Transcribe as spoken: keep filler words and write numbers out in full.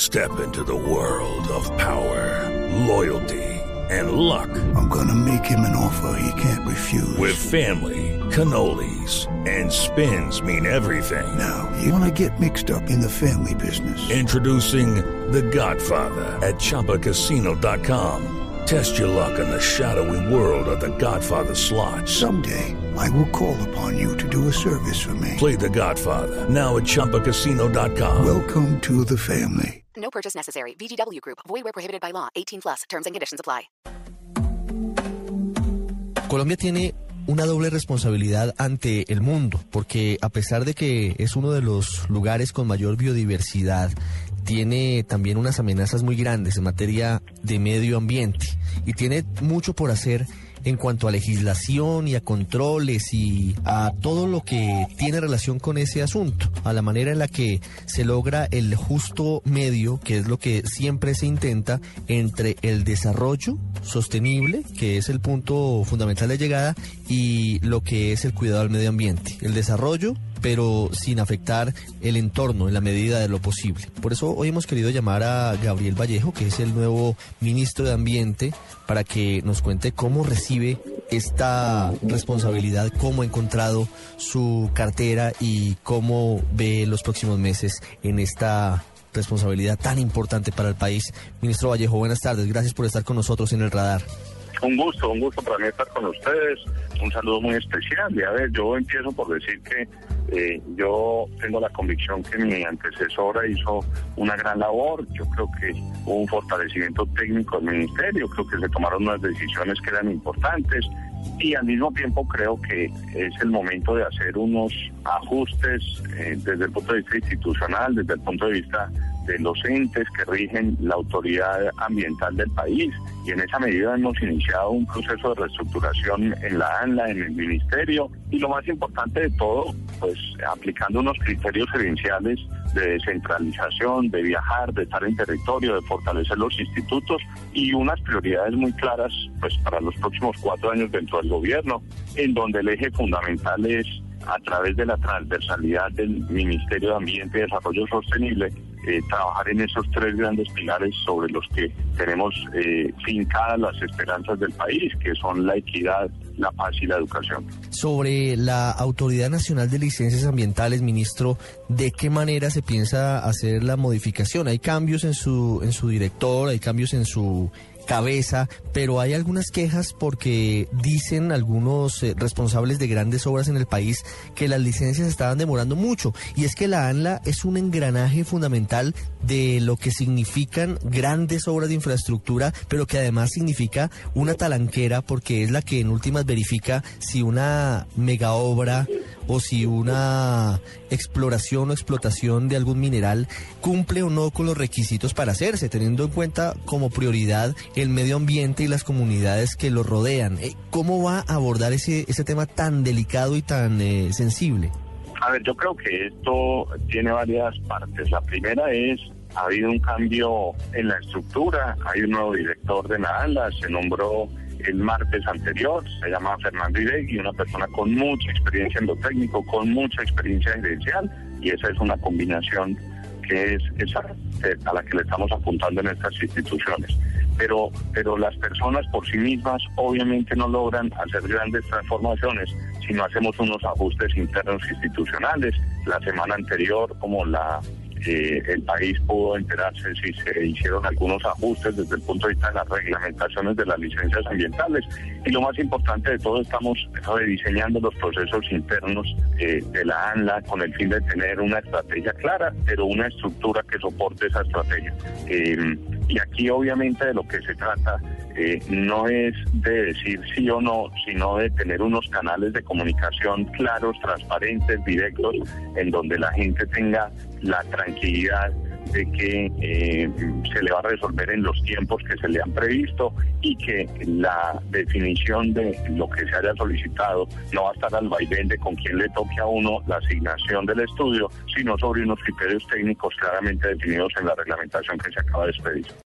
Step into the world of power, loyalty, and luck. I'm gonna make him an offer he can't refuse. With family, cannolis, and spins mean everything. Now, you wanna get mixed up in the family business. Introducing The Godfather at Chumba Casino dot com. Test your luck in the shadowy world of The Godfather slot. Someday, I will call upon you to do a service for me. Play The Godfather now at Chumba Casino dot com. Welcome to the family. No purchase necessary. V G W Group. Void where prohibited by law. eighteen plus. Terms and conditions apply. Colombia tiene una doble responsabilidad ante el mundo, porque a pesar de que es uno de los lugares con mayor biodiversidad, tiene también unas amenazas muy grandes en materia de medio ambiente y tiene mucho por hacer en cuanto a legislación y a controles y a todo lo que tiene relación con ese asunto, a la manera en la que se logra el justo medio, que es lo que siempre se intenta, entre el desarrollo sostenible, que es el punto fundamental de llegada, y lo que es el cuidado del medio ambiente. El desarrollo, pero sin afectar el entorno en la medida de lo posible. Por eso hoy hemos querido llamar a Gabriel Vallejo, que es el nuevo ministro de Ambiente, para que nos cuente cómo recibe esta responsabilidad, cómo ha encontrado su cartera y cómo ve los próximos meses en esta responsabilidad tan importante para el país. Ministro Vallejo, buenas tardes. Gracias por estar con nosotros en el radar. Un gusto, un gusto para mí estar con ustedes. Un saludo muy especial. Y a ver, yo empiezo por decir que eh, yo tengo la convicción que mi antecesora hizo una gran labor. Yo creo que hubo un fortalecimiento técnico del ministerio. Creo que se tomaron unas decisiones que eran importantes. Y al mismo tiempo creo que es el momento de hacer unos ajustes eh, desde el punto de vista institucional, desde el punto de vista de los entes que rigen la autoridad ambiental del país, y en esa medida hemos iniciado un proceso de reestructuración en la ANLA, en el ministerio, y lo más importante de todo, pues aplicando unos criterios gerenciales de descentralización, de viajar, de estar en territorio, de fortalecer los institutos y unas prioridades muy claras pues para los próximos cuatro años dentro del gobierno, en donde el eje fundamental es, a través de la transversalidad del Ministerio de Ambiente y Desarrollo Sostenible, eh, trabajar en esos tres grandes pilares sobre los que tenemos eh, fincadas las esperanzas del país, que son la equidad, la paz y la educación. Sobre la Autoridad Nacional de Licencias Ambientales, ministro, ¿de qué manera se piensa hacer la modificación? Hay cambios en su, en su director, hay cambios en su cabeza, pero hay algunas quejas porque dicen algunos eh, responsables de grandes obras en el país que las licencias estaban demorando mucho, y es que la ANLA es un engranaje fundamental de lo que significan grandes obras de infraestructura, pero que además significa una talanquera, porque es la que en últimas verifica si una mega obra o si una exploración o explotación de algún mineral cumple o no con los requisitos para hacerse, teniendo en cuenta como prioridad el medio ambiente y las comunidades que lo rodean. ¿Cómo va a abordar ese, ese tema tan delicado y tan eh, sensible? A ver, yo creo que esto tiene varias partes. La primera es, ha habido un cambio en la estructura, hay un nuevo director de la ANLA, se nombró el martes anterior, se llama Fernando Iregui, una persona con mucha experiencia en lo técnico, con mucha experiencia gerencial, y esa es una combinación que es esa a la que le estamos apuntando en estas instituciones. Pero, pero las personas por sí mismas obviamente no logran hacer grandes transformaciones si no hacemos unos ajustes internos institucionales. La semana anterior, como la Eh, el país pudo enterarse si se hicieron algunos ajustes desde el punto de vista de las reglamentaciones de las licencias ambientales, y lo más importante de todo, estamos rediseñando los procesos internos eh, de la ANLA con el fin de tener una estrategia clara, pero una estructura que soporte esa estrategia. Eh, y aquí obviamente de lo que se trata eh, no es de decir sí o no, sino de tener unos canales de comunicación claros, transparentes, directos, en donde la gente tenga la tranquilidad de que eh, se le va a resolver en los tiempos que se le han previsto, y que la definición de lo que se haya solicitado no va a estar al vaivén de con quién le toque a uno la asignación del estudio, sino sobre unos criterios técnicos claramente definidos en la reglamentación que se acaba de expedir.